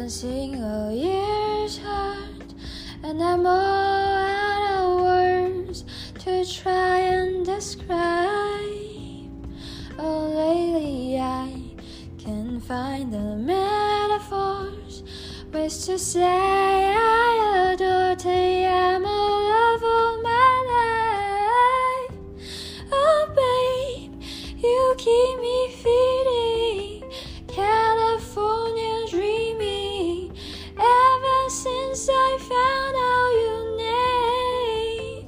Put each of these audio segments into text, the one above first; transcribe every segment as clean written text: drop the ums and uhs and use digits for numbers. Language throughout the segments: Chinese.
haven't seen a year's heart, and I'm all out of words to try and describe. Oh, lately I can't find the metaphors, ways to say I adore te amo, love all my life. Oh, babe, you keep me feeding California dreaming ever since I found out your name.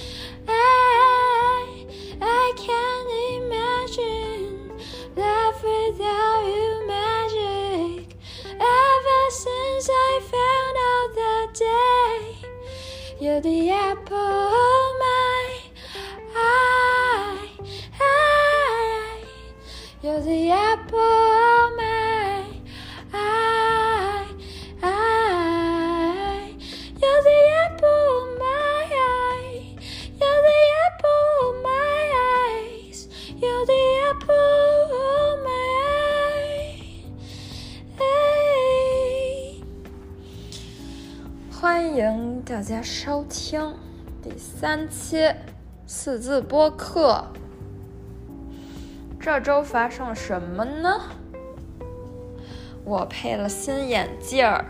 I can't imagine life without you, magic. Ever since I found out that day, you're the apple of my eye. You're the apple of my eye. You're the apple of my eye. You're the apple of my eyes. You're the apple of my eye. Hey. 欢迎大家收听第3期4字播客。这周发生了什么呢？我配了新眼镜儿。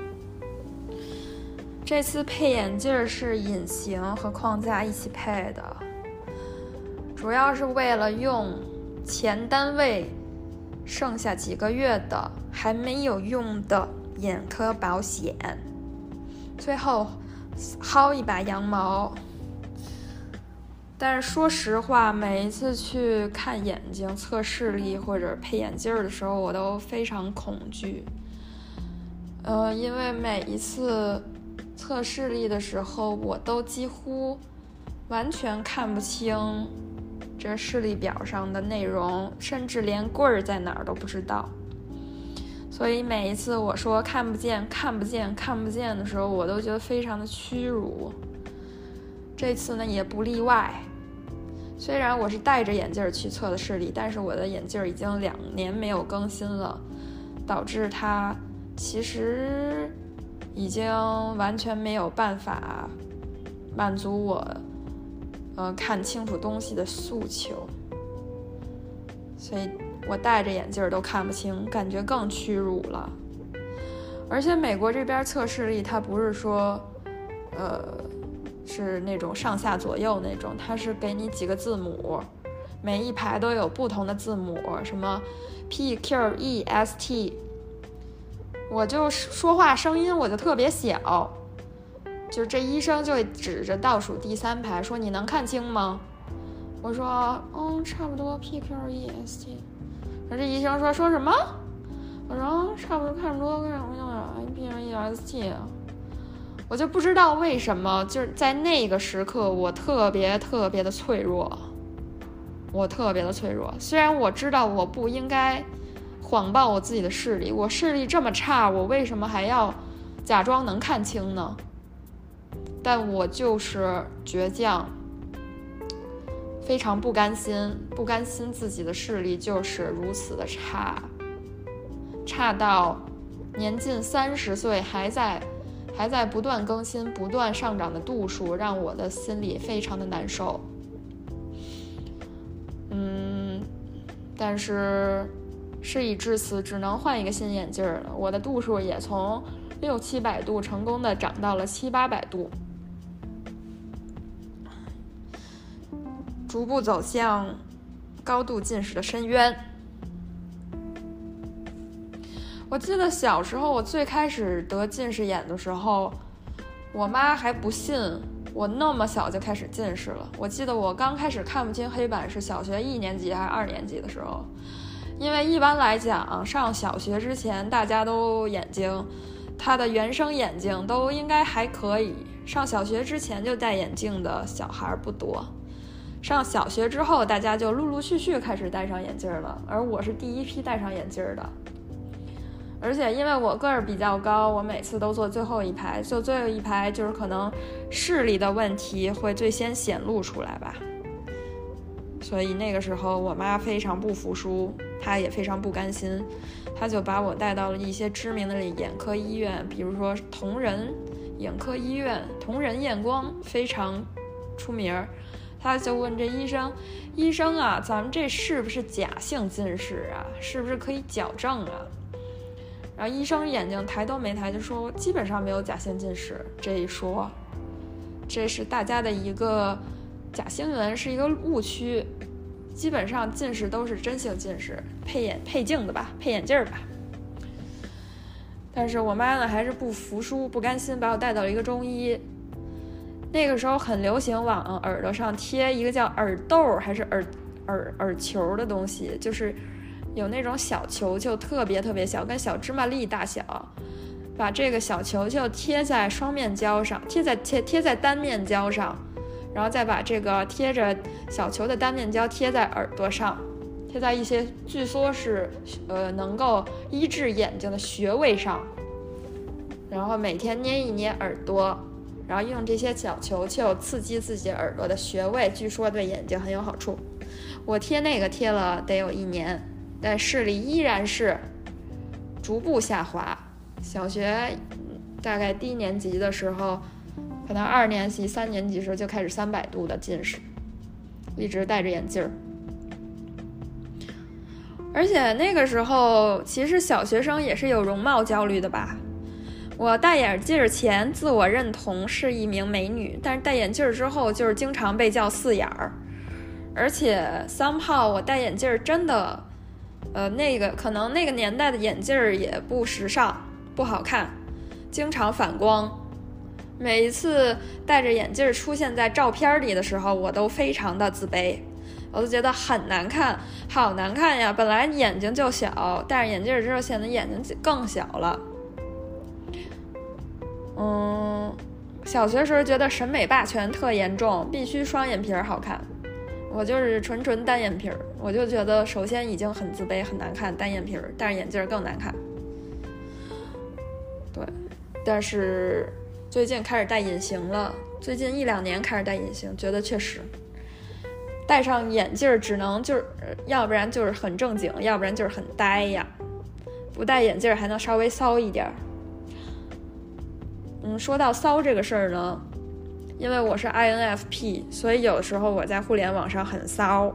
这次配眼镜是隐形和框架一起配的，主要是为了用前单位剩下几个月的还没有用的眼科保险，最后薅一把羊毛。但是说实话，每一次去看眼睛测视力或者配眼镜的时候，我都非常恐惧。因为每一次测视力的时候，我都几乎完全看不清这视力表上的内容，甚至连棍儿在哪儿都不知道。所以每一次我说看不见的时候，我都觉得非常的屈辱。这次呢也不例外。虽然我是戴着眼镜去测的视力，但是我的眼镜已经2年没有更新了，导致它其实已经完全没有办法满足我看清楚东西的诉求，所以我戴着眼镜都看不清，感觉更屈辱了。而且美国这边测视力它不是说是那种上下左右那种，它是给你几个字母，每一排都有不同的字母，什么 P Q E S T。 我就说话声音我就特别小，就这医生就指着倒数第3排说你能看清吗？我说差不多 P Q E S T。 而这医生说什么？我说差不多看不多 P Q E S T。我就不知道为什么，就是在那个时刻我特别的脆弱，虽然我知道我不应该谎报我自己的视力，我视力这么差，我为什么还要假装能看清呢？但我就是倔强，非常不甘心自己的视力就是如此的差到年近30岁还在不断更新不断上涨的度数，让我的心里非常的难受。但是事已至此，只能换一个新眼镜了。我的度数也从600-700度成功的涨到了700-800度，逐步走向高度近视的深渊。我记得小时候我最开始得近视眼的时候，我妈还不信我那么小就开始近视了。我记得我刚开始看不清黑板是小学1年级还是2年级的时候，因为一般来讲上小学之前大家都眼睛他的原生眼睛都应该还可以，上小学之前就戴眼镜的小孩不多，上小学之后大家就陆陆续续开始戴上眼镜了，而我是第一批戴上眼镜的。而且因为我个儿比较高，我每次都坐最后一排，坐最后一排就是可能视力的问题会最先显露出来吧。 所以那个时候我妈非常不服输，她也非常不甘心，她就把我带到了一些知名的眼科医院，比如说同仁眼科医院，同仁验光非常出名。她就问这医生啊，咱们这是不是假性近视啊？是不是可以矫正啊？然后医生眼睛抬都没抬就说基本上没有假性近视。这一说，这是大家的一个假新闻，是一个误区，基本上近视都是真性近视，配镜的吧，配眼镜吧。但是我妈呢还是不服输不甘心，把我带到了一个中医。那个时候很流行往耳朵上贴一个叫耳豆还是耳球的东西，就是有那种小球球，特别特别小，跟小芝麻粒大小，把这个小球球贴在双面胶上，贴在单面胶上，然后再把这个贴着小球的单面胶贴在耳朵上，贴在一些据说是能够医治眼睛的穴位上，然后每天捏一捏耳朵，然后用这些小球球刺激自己耳朵的穴位，据说对眼睛很有好处。我贴那个贴了得有1年，但视力依然是逐步下滑。小学大概低年级的时候，可能2年级3年级的时候就开始300度的近视，一直戴着眼镜。而且那个时候其实小学生也是有容貌焦虑的吧。我戴眼镜前自我认同是一名美女，但是戴眼镜之后就是经常被叫4眼儿。而且somehow我戴眼镜真的可能那个年代的眼镜也不时尚不好看，经常反光。每一次戴着眼镜出现在照片里的时候，我都非常的自卑，我都觉得很难看，好难看呀，本来眼睛就小，戴着眼镜之后显得眼睛更小了。小学时候觉得审美霸权特严重，必须双眼皮好看，我就是纯单眼皮，我就觉得首先已经很自卑很难看，单眼皮戴着眼镜更难看。对，但是最近开始戴隐形了，最近1-2年开始戴隐形，觉得确实戴上眼镜只能就是要不然就是很正经，要不然就是很呆呀，不戴眼镜还能稍微骚一点。说到骚这个事儿呢，因为我是 INFP， 所以有的时候我在互联网上很骚。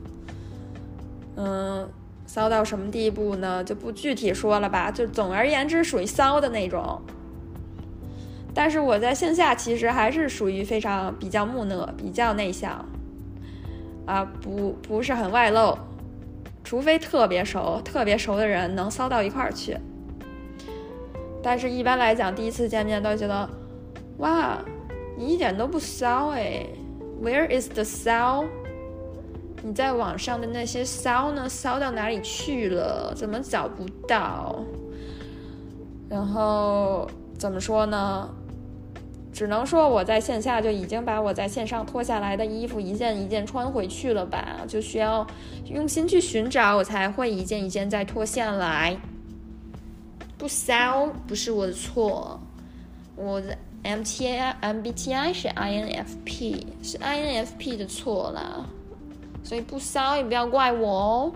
骚到什么地步呢？就不具体说了吧，就总而言之属于骚的那种。但是我在线下其实还是属于比较木讷，比较内向啊，不是很外露，除非特别熟的人能骚到一块儿去。但是一般来讲第一次见面都觉得哇你一点都不骚，Where is the 骚？你在网上的那些骚呢？骚到哪里去了？怎么找不到？然后怎么说呢？只能说我在线下就已经把我在线上脱下来的衣服一件一件穿回去了吧，就需要用心去寻找，我才会一件一件再脱下来。不骚不是我的错，我的 MBTI 是 INFP， 是 INFP 的错啦，所以不骚也不要怪我哦。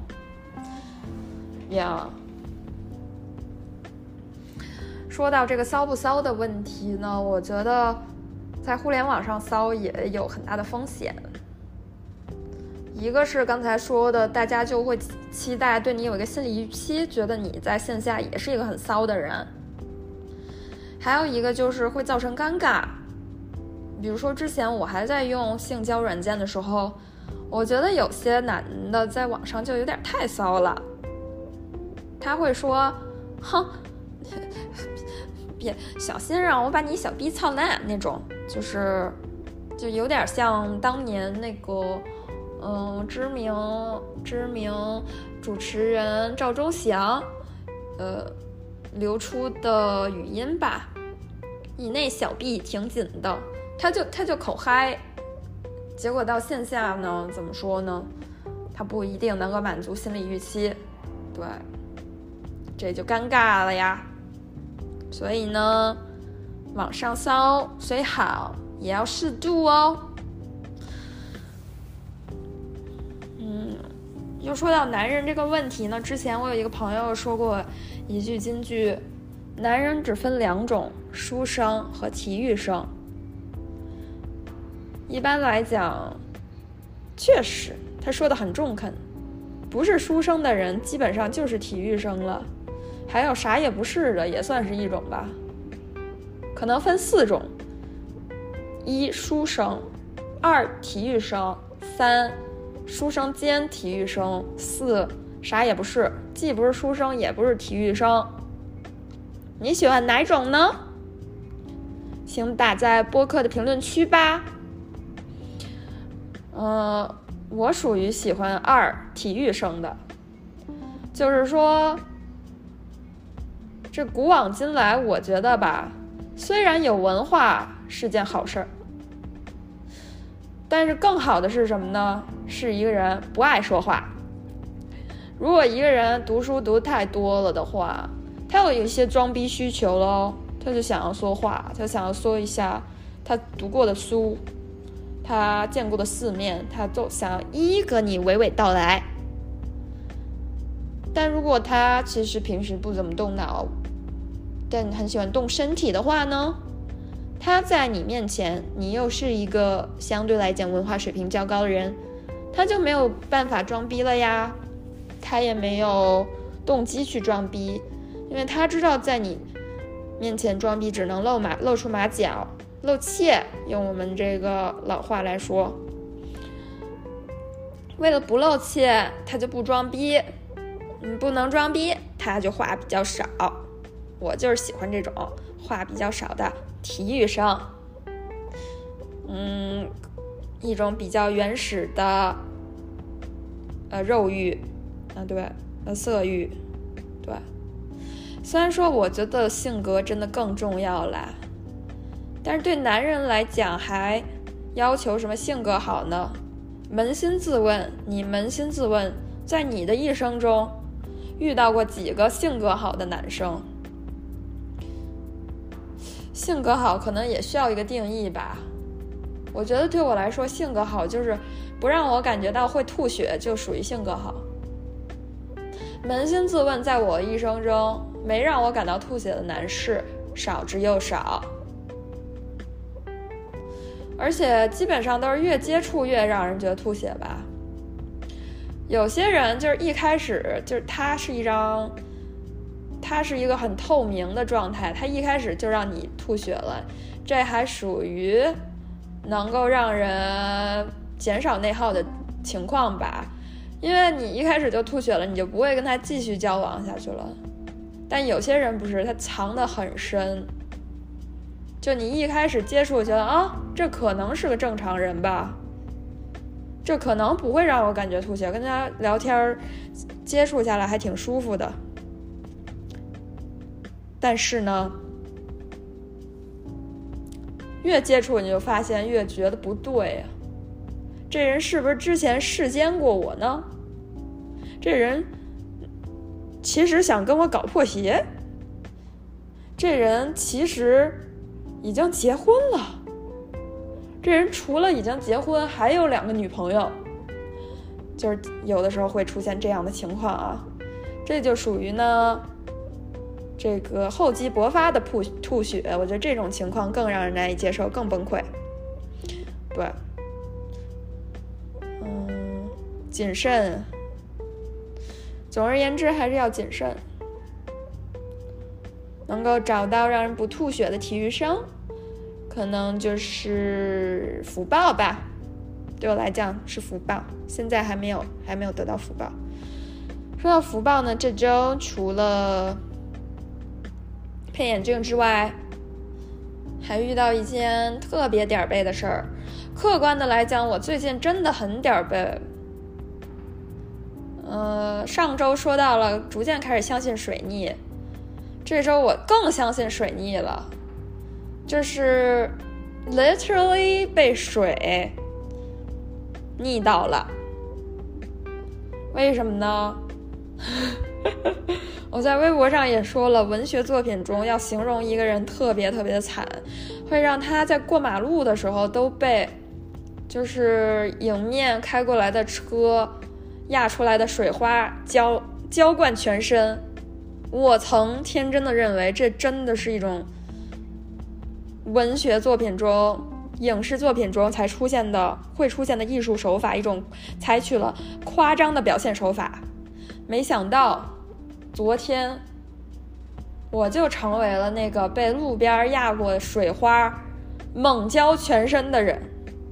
说到这个骚不骚的问题呢，我觉得在互联网上骚也有很大的风险。一个是刚才说的，大家就会期待对你有一个心理预期，觉得你在线下也是一个很骚的人。还有一个就是会造成尴尬，比如说之前我还在用性交软件的时候，我觉得有些男的在网上就有点太骚了，他会说哼别小心让我把你小逼操烂那种，就有点像当年那个知名主持人赵忠祥流出的语音吧，你那小臂挺紧的，他就口嗨，结果到线下呢怎么说呢，他不一定能够满足心理预期，对，这就尴尬了呀。所以呢，网上骚虽好也要适度哦。 又说到男人这个问题呢，之前我有一个朋友说过一句金句，男人只分2种，书生和体育生。一般来讲，确实他说的很中肯，不是书生的人基本上就是体育生了，还有啥也不是的也算是一种吧。可能分4种：1书生，2体育生，3书生兼体育生，4啥也不是，既不是书生也不是体育生。你喜欢哪种呢？请打在播客的评论区吧。我属于喜欢2体育生的，就是说这古往今来我觉得吧，虽然有文化是件好事儿，但是更好的是什么呢？是一个人不爱说话。如果一个人读书读太多了的话，他有一些装逼需求咯，他就想要说话，他想要说一下他读过的书，他见过的世面，他就想要一一跟你娓娓道来。但如果他其实平时不怎么动脑，但很喜欢动身体的话呢，他在你面前，你又是一个相对来讲文化水平较高的人，他就没有办法装逼了呀，他也没有动机去装逼，因为他知道在你面前装逼只能露出马脚，露怯，用我们这个老话来说，为了不露怯，他就不装逼，不能装逼，他就话比较少。我就是喜欢这种话比较少的体育生，一种比较原始的肉欲，对，色欲，对。虽然说我觉得性格真的更重要啦，但是对男人来讲还要求什么性格好呢？扪心自问，在你的一生中遇到过几个性格好的男生？性格好可能也需要一个定义吧。我觉得对我来说，性格好就是不让我感觉到会吐血，就属于性格好。扪心自问，在我一生中没让我感到吐血的男士少之又少，而且基本上都是越接触越让人觉得吐血吧。有些人就是一开始就是他是一个很透明的状态，他一开始就让你吐血了，这还属于能够让人减少内耗的情况吧。因为你一开始就吐血了，你就不会跟他继续交往下去了。但有些人不是，他藏得很深，就你一开始接触觉得这可能是个正常人吧，这可能不会让我感觉吐血，跟他聊天接触下来还挺舒服的。但是呢，越接触你就发现越觉得不对呀，这人是不是之前视奸过我呢？这人其实想跟我搞破鞋，这人其实已经结婚了，这人除了已经结婚还有2个女朋友，就是有的时候会出现这样的情况啊。这就属于呢这个厚积薄发的吐血，我觉得这种情况更让人难以接受，更崩溃。对，谨慎，总而言之还是要谨慎。能够找到让人不吐血的体育生，可能就是福报吧，对我来讲是福报，现在还没有得到福报。说到福报呢，这周除了配眼镜之外，还遇到一件特别点儿背的事儿。客观的来讲，我最近真的很点儿背。上周说到了逐渐开始相信水逆，这周我更相信水逆了，就是 literally 被水逆到了。为什么呢？我在微博上也说了，文学作品中要形容一个人特别特别的惨，会让他在过马路的时候都被就是迎面开过来的车压出来的水花浇灌全身。我曾天真的认为这真的是一种文学作品中、影视作品中会出现的艺术手法，一种采取了夸张的表现手法。没想到昨天我就成为了那个被路边压过水花猛浇全身的人。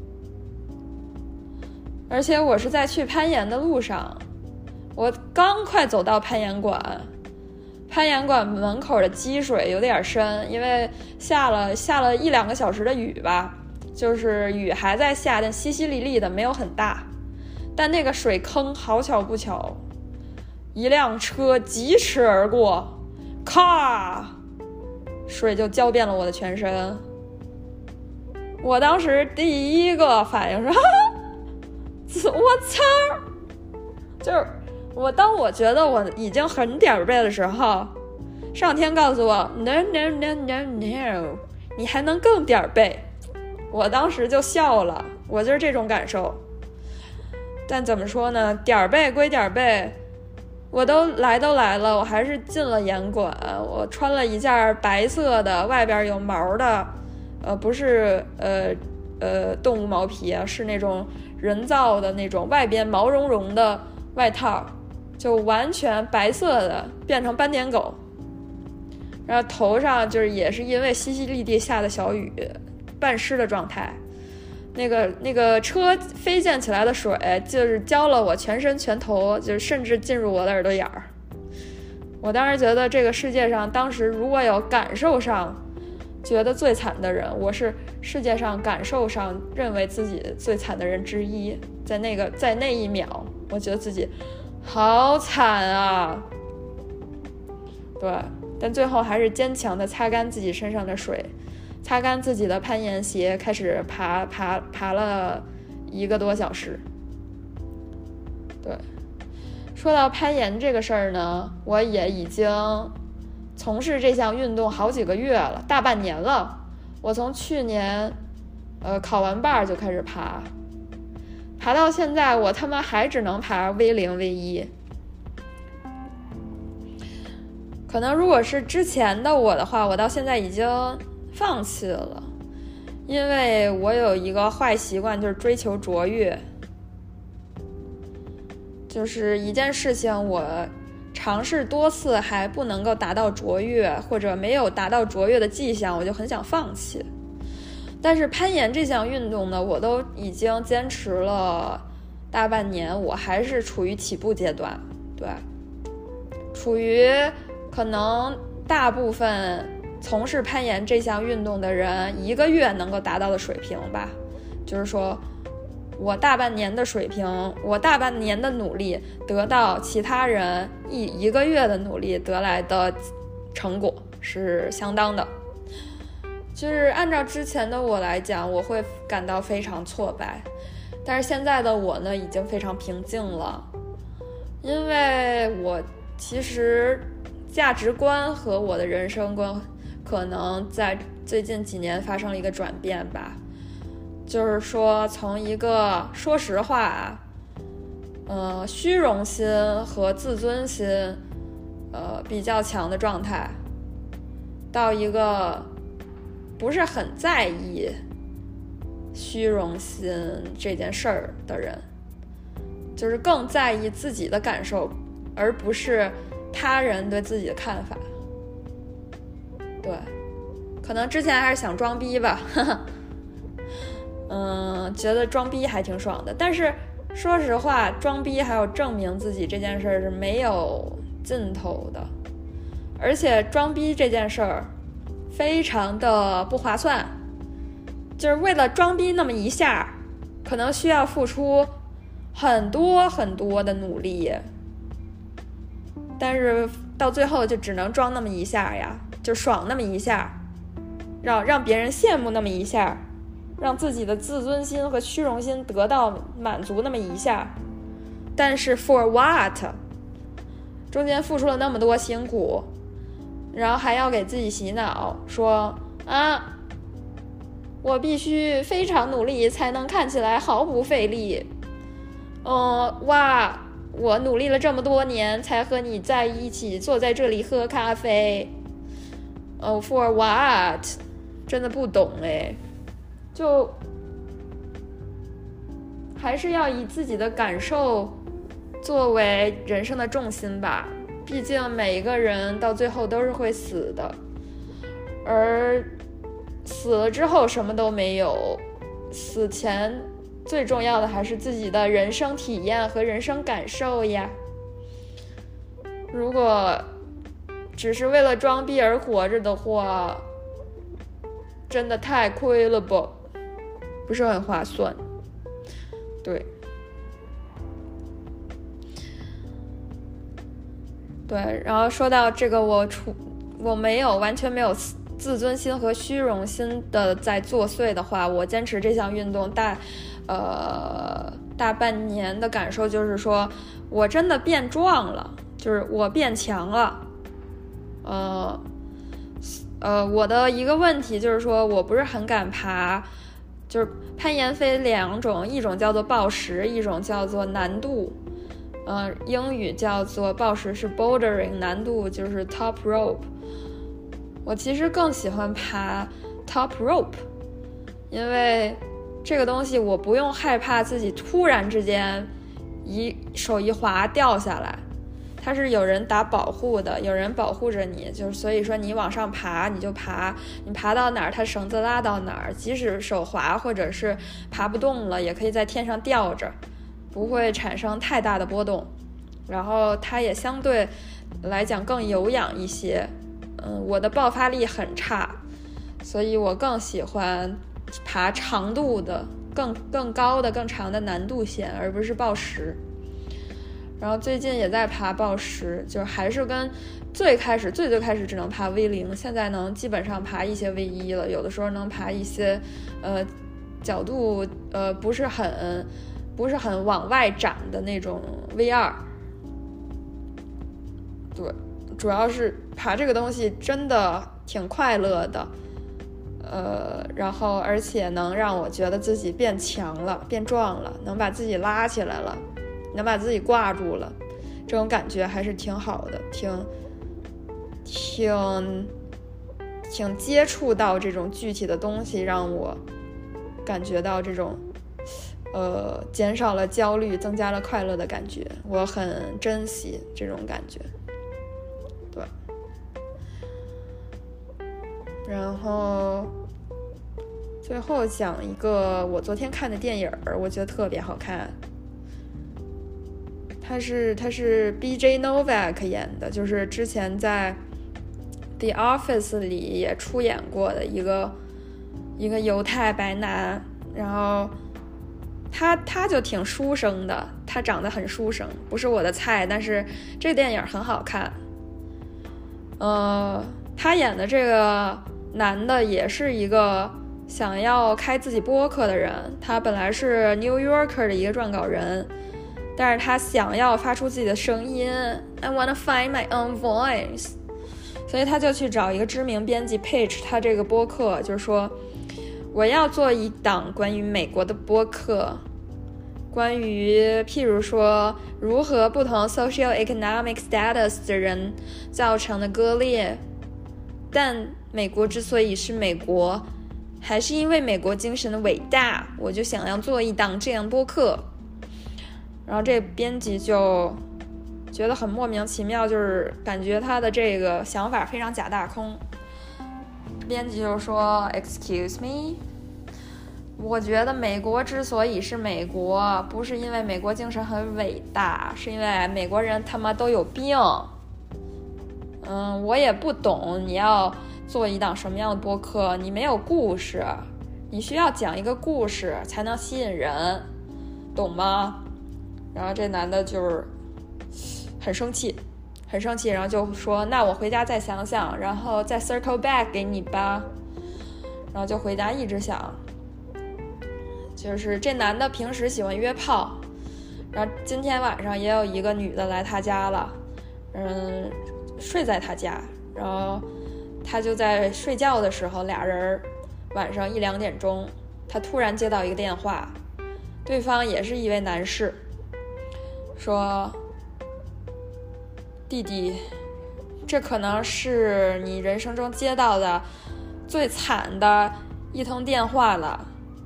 而且我是在去攀岩的路上，我刚快走到攀岩馆门口的积水有点深，因为下了1-2个小时的雨吧，就是雨还在下，但淅淅沥沥的，没有很大。但那个水坑好巧不巧，一辆车疾驰而过，咔，水就浇遍了我的全身。我当时第一个反应是我操，就是当我觉得我已经很点背的时候，上天告诉我 no， 你还能更点背。我当时就笑了，我就是这种感受。但怎么说呢，点背归点背，我都来了，我还是进了岩馆。我穿了一件白色的，外边有毛的，不是动物毛皮啊，是那种人造的那种外边毛茸茸的外套，就完全白色的，变成斑点狗。然后头上就是也是因为淅淅沥沥下的小雨，半湿的状态。那个车飞溅起来的水就是浇了我全身全头，就是甚至进入我的耳朵眼儿。我当时觉得这个世界上，当时如果有感受上觉得最惨的人，我是世界上感受上认为自己最惨的人之一。在那一秒，我觉得自己好惨啊。对，但最后还是坚强的擦干自己身上的水，擦干自己的攀岩鞋，开始爬了1个多小时。对，说到攀岩这个事儿呢，我也已经从事这项运动好几个月了，大半年了。我从去年考完把就开始爬到现在，我他妈还只能爬 V0 V1。可能如果是之前的我的话，我到现在已经放弃了，因为我有一个坏习惯，就是追求卓越。就是一件事情我尝试多次还不能够达到卓越，或者没有达到卓越的迹象，我就很想放弃。但是攀岩这项运动呢，我都已经坚持了大半年，我还是处于起步阶段。对，处于可能大部分从事攀岩这项运动的人1个月能够达到的水平吧。就是说我大半年的水平，我大半年的努力得到其他人一个月的努力得来的成果是相当的。就是按照之前的我来讲，我会感到非常挫败，但是现在的我呢，已经非常平静了。因为我其实价值观和我的人生观可能在最近几年发生了一个转变吧。就是说从一个说实话虚荣心和自尊心比较强的状态，到一个不是很在意虚荣心这件事儿的人，就是更在意自己的感受，而不是他人对自己的看法。对，可能之前还是想装逼吧，觉得装逼还挺爽的。但是说实话，装逼还有证明自己这件事儿是没有尽头的，而且装逼这件事儿非常的不划算，就是为了装逼那么一下，可能需要付出很多很多的努力，但是到最后就只能装那么一下呀，就爽那么一下，让别人羡慕那么一下，让自己的自尊心和虚荣心得到满足那么一下。但是 for what？ 中间付出了那么多辛苦，然后还要给自己洗脑说我必须非常努力才能看起来毫不费力。哇， 我努力了这么多年才和你在一起坐在这里喝咖啡，for what？ 真的不懂哎，就还是要以自己的感受作为人生的重心吧，毕竟每一个人到最后都是会死的，而死了之后什么都没有，死前最重要的还是自己的人生体验和人生感受呀。如果只是为了装逼而活着的话，真的太亏了吧，不是很划算。对，然后说到这个，我完全没有自尊心和虚荣心的在作祟的话，我坚持这项运动大半年的感受就是说，我真的变壮了，就是我变强了。我的一个问题就是说，我不是很敢爬，就是攀岩分两种，一种叫做抱石，一种叫做难度。英语叫做抱石是 bouldering， 难度就是 top rope。我其实更喜欢爬 top rope， 因为这个东西我不用害怕自己突然之间手一滑掉下来，它是有人打保护的，有人保护着你，就是所以说你往上爬你就爬，你爬到哪儿它绳子拉到哪儿，即使手滑或者是爬不动了也可以在天上吊着，不会产生太大的波动，然后它也相对来讲更有氧一些。我的爆发力很差，所以我更喜欢爬长度的更高的更长的难度线，而不是抱石。然后最近也在爬抱石，就还是跟最开始只能爬 V0， 现在能基本上爬一些 V1 了，有的时候能爬一些角度不是很往外展的那种 V2。 对，主要是爬这个东西真的挺快乐的，然后而且能让我觉得自己变强了变壮了，能把自己拉起来了，能把自己挂住了，这种感觉还是挺好的，挺接触到这种具体的东西，让我感觉到这种减少了焦虑增加了快乐的感觉，我很珍惜这种感觉。对，然后最后讲一个我昨天看的电影，我觉得特别好看。他是 BJ Novak 演的，就是之前在 The Office 里也出演过的一个犹太白男，然后他就挺书生的，他长得很书生，不是我的菜，但是这个电影很好看。他演的这个男的也是一个想要开自己播客的人，他本来是 New Yorker 的一个撰稿人，但是他想要发出自己的声音 I wanna find my own voice， 所以他就去找一个知名编辑 pitch 他这个播客，就是说我要做一档关于美国的播客，关于譬如说如何不同 socioeconomic status 的人造成的割裂，但美国之所以是美国，还是因为美国精神的伟大，我就想要做一档这样播客。然后这编辑就觉得很莫名其妙，就是感觉他的这个想法非常假大空。编辑就说 Excuse me， 我觉得美国之所以是美国，不是因为美国精神很伟大，是因为美国人他妈都有病。我也不懂你要做一档什么样的播客，你没有故事，你需要讲一个故事才能吸引人，懂吗？然后这男的就是很生气，然后就说那我回家再想想，然后再 circle back 给你吧。然后就回家一直想，就是这男的平时喜欢约炮，然后今天晚上也有一个女的来他家了，睡在他家，然后他就在睡觉的时候，俩人晚上1-2点钟，他突然接到一个电话，对方也是一位男士，说弟弟，这可能是你人生中接到的最惨的一通电话了。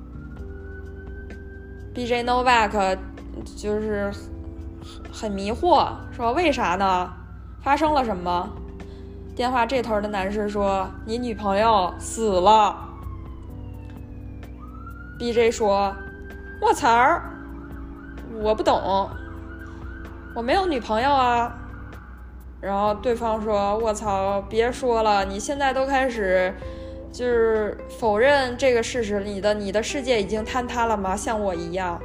BJ Novak 就是很迷惑，说为啥呢？发生了什么？电话这头的男士说，你女朋友死了。 BJ 说，我操，我不懂，我没有女朋友啊。然后对方说，我操，别说了，你现在都开始就是否认这个事实，你的世界已经坍塌了吗？像我一样。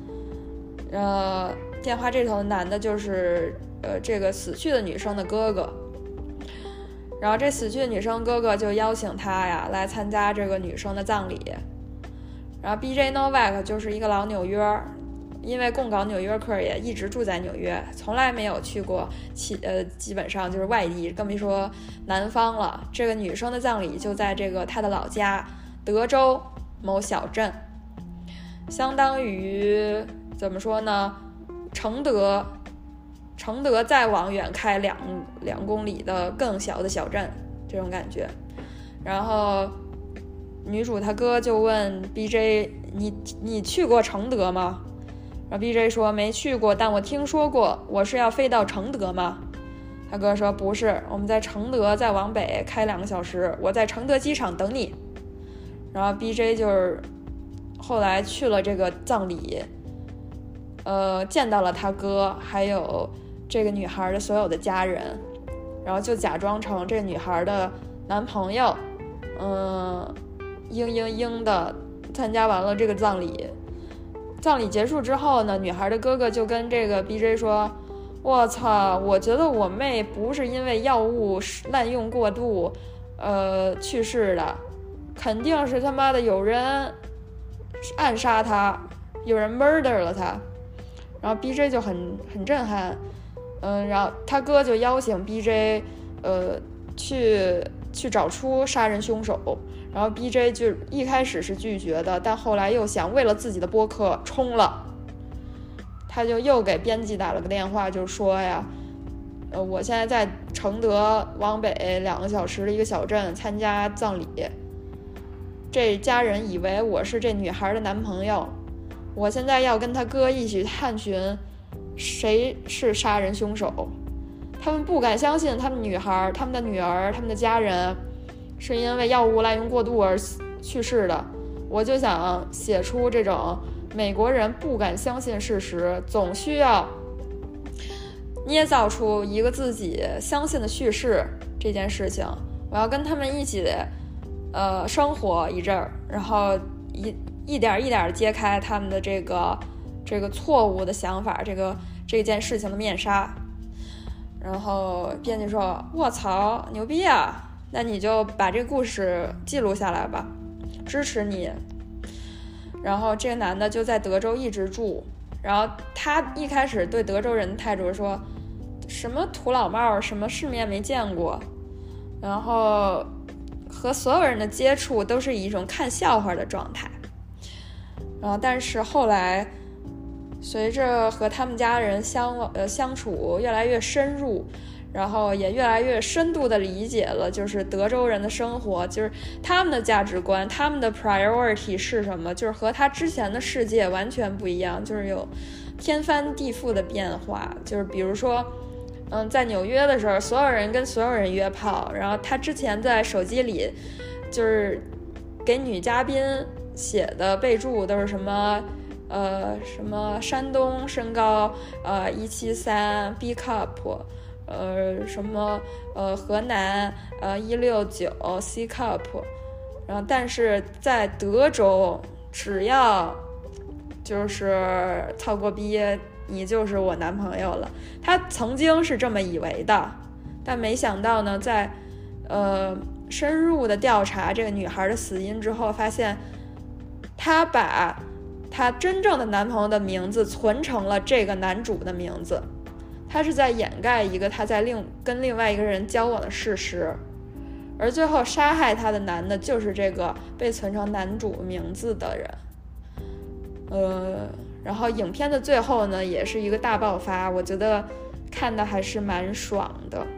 电话这头的男的就是这个死去的女生的哥哥。然后这死去的女生哥哥就邀请他呀来参加这个女生的葬礼。然后 BJ Novak 就是一个老纽约，因为供稿纽约客也一直住在纽约，从来没有去过基本上就是外地，更别说南方了。这个女生的葬礼就在这个她的老家德州某小镇，相当于怎么说呢，承德再往远开2公里的更小的小镇，这种感觉。然后女主她哥就问 BJ， 你去过承德吗？然后 BJ 说没去过，但我听说过。我是要飞到承德吗？他哥说不是，我们在承德再往北开2个小时，我在承德机场等你。然后 BJ 就是后来去了这个葬礼，见到了他哥还有这个女孩的所有的家人，然后就假装成这女孩的男朋友，嘤的参加完了这个葬礼。葬礼结束之后呢，女孩的哥哥就跟这个 BJ 说，我操，我觉得我妹不是因为药物滥用过度去世的，肯定是他妈的有人暗杀她，有人 murder 了她。然后 BJ 就很震撼，然后他哥就邀请 BJ 去找出杀人凶手。然后 BJ 就一开始是拒绝的，但后来又想为了自己的播客冲了，他就又给编辑打了个电话，就说呀，我现在在承德往北2个小时的一个小镇参加葬礼，这家人以为我是这女孩的男朋友，我现在要跟他哥一起探寻谁是杀人凶手。他们不敢相信他们女孩、他们的女儿、他们的家人是因为药物滥用过度而去世的。我就想写出这种美国人不敢相信事实，总需要捏造出一个自己相信的叙事这件事情。我要跟他们一起生活一阵儿，然后一点一点揭开他们的这个错误的想法，这件事情的面纱。然后编辑说，卧槽，牛逼啊，那你就把这个故事记录下来吧，支持你。然后这个男的就在德州一直住，然后他一开始对德州人的态度说，什么土老帽，什么世面没见过，然后和所有人的接触都是以一种看笑话的状态。然后但是后来随着和他们家人相处越来越深入，然后也越来越深度的理解了就是德州人的生活，就是他们的价值观，他们的 priority 是什么，就是和他之前的世界完全不一样，就是有天翻地覆的变化。就是比如说在纽约的时候，所有人跟所有人约炮，然后他之前在手机里就是给女嘉宾写的备注都是什么山东身高173 B cup， 什么河南169 C cup， 然后但是在德州只要就是操过逼，你就是我男朋友了。他曾经是这么以为的，但没想到呢，在深入的调查这个女孩的死因之后，发现她把她真正的男朋友的名字存成了这个男主的名字，她是在掩盖一个她在跟另外一个人交往的事实，而最后杀害她的男的就是这个被存成男主名字的人。然后影片的最后呢，也是一个大爆发。我觉得看的还是蛮爽的。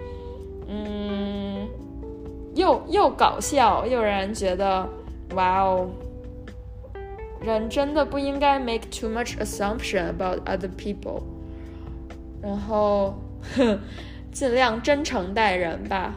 又搞笑，又让人觉得哇哦，人真的不应该 make too much assumption about other people， 然后尽量真诚待人吧。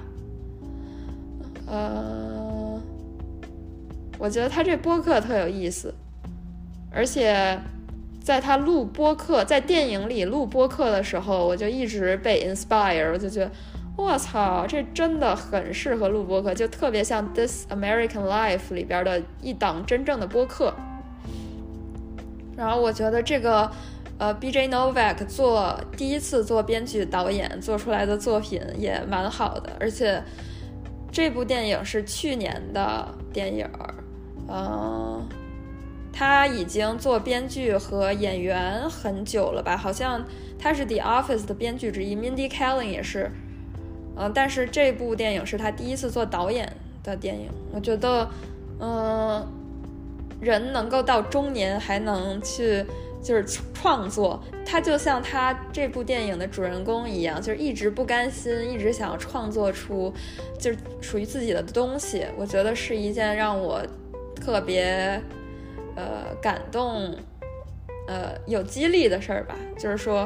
我觉得他这播客特有意思，而且在他录播客，在电影里录播客的时候，我就一直被 inspire， 我就觉得我操，这真的很适合录播客，就特别像 This American Life 里边的一档真正的播客。然后我觉得这个BJ Novak 第一次做编剧导演做出来的作品也蛮好的，而且这部电影是去年的电影，他已经做编剧和演员很久了吧，好像他是 The Office 的编剧之一， Mindy Kaling 也是，但是这部电影是他第一次做导演的电影。我觉得人能够到中年还能去就是创作，他就像他这部电影的主人公一样，就是一直不甘心，一直想要创作出就是属于自己的东西。我觉得是一件让我特别感动有激励的事儿吧，就是说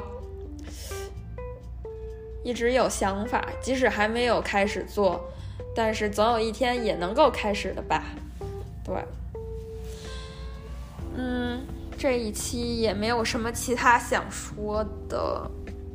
一直有想法，即使还没有开始做，但是总有一天也能够开始的吧。对，这一期也没有什么其他想说的，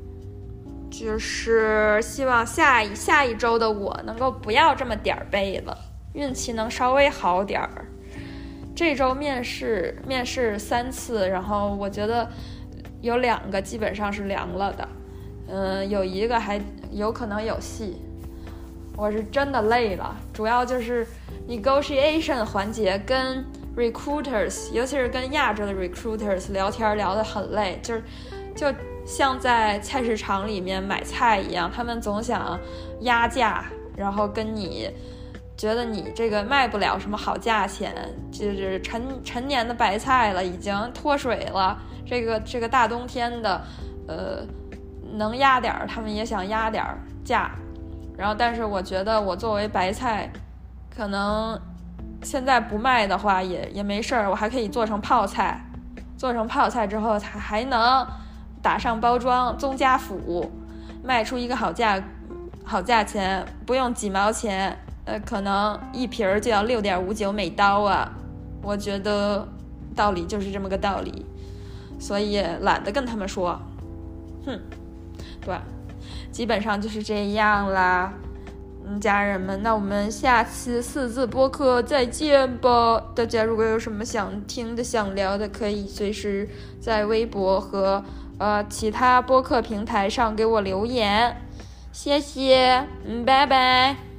就是希望下一周的我能够不要这么点儿背了，运气能稍微好点儿。这周面试3次，然后我觉得有2个基本上是凉了的，有一个还有可能有戏。我是真的累了，主要就是 negotiation 环节跟 recruiters， 尤其是跟亚洲的 recruiters 聊天聊得很累，就像在菜市场里面买菜一样，他们总想压价，然后跟你觉得你这个卖不了什么好价钱，就是陈年的白菜了，已经脱水了，这个大冬天的能压点，他们也想压点价。然后但是我觉得我作为白菜，可能现在不卖的话也没事儿，我还可以做成泡菜，做成泡菜之后它还能打上包装，宗家府卖出一个好价钱，不用几毛钱，可能一瓶就要6.59美刀啊！我觉得道理就是这么个道理，所以懒得跟他们说，对，基本上就是这样啦。家人们，那我们下期4字播客再见吧。大家如果有什么想听的想聊的，可以随时在微博和其他播客平台上给我留言，谢谢，拜拜。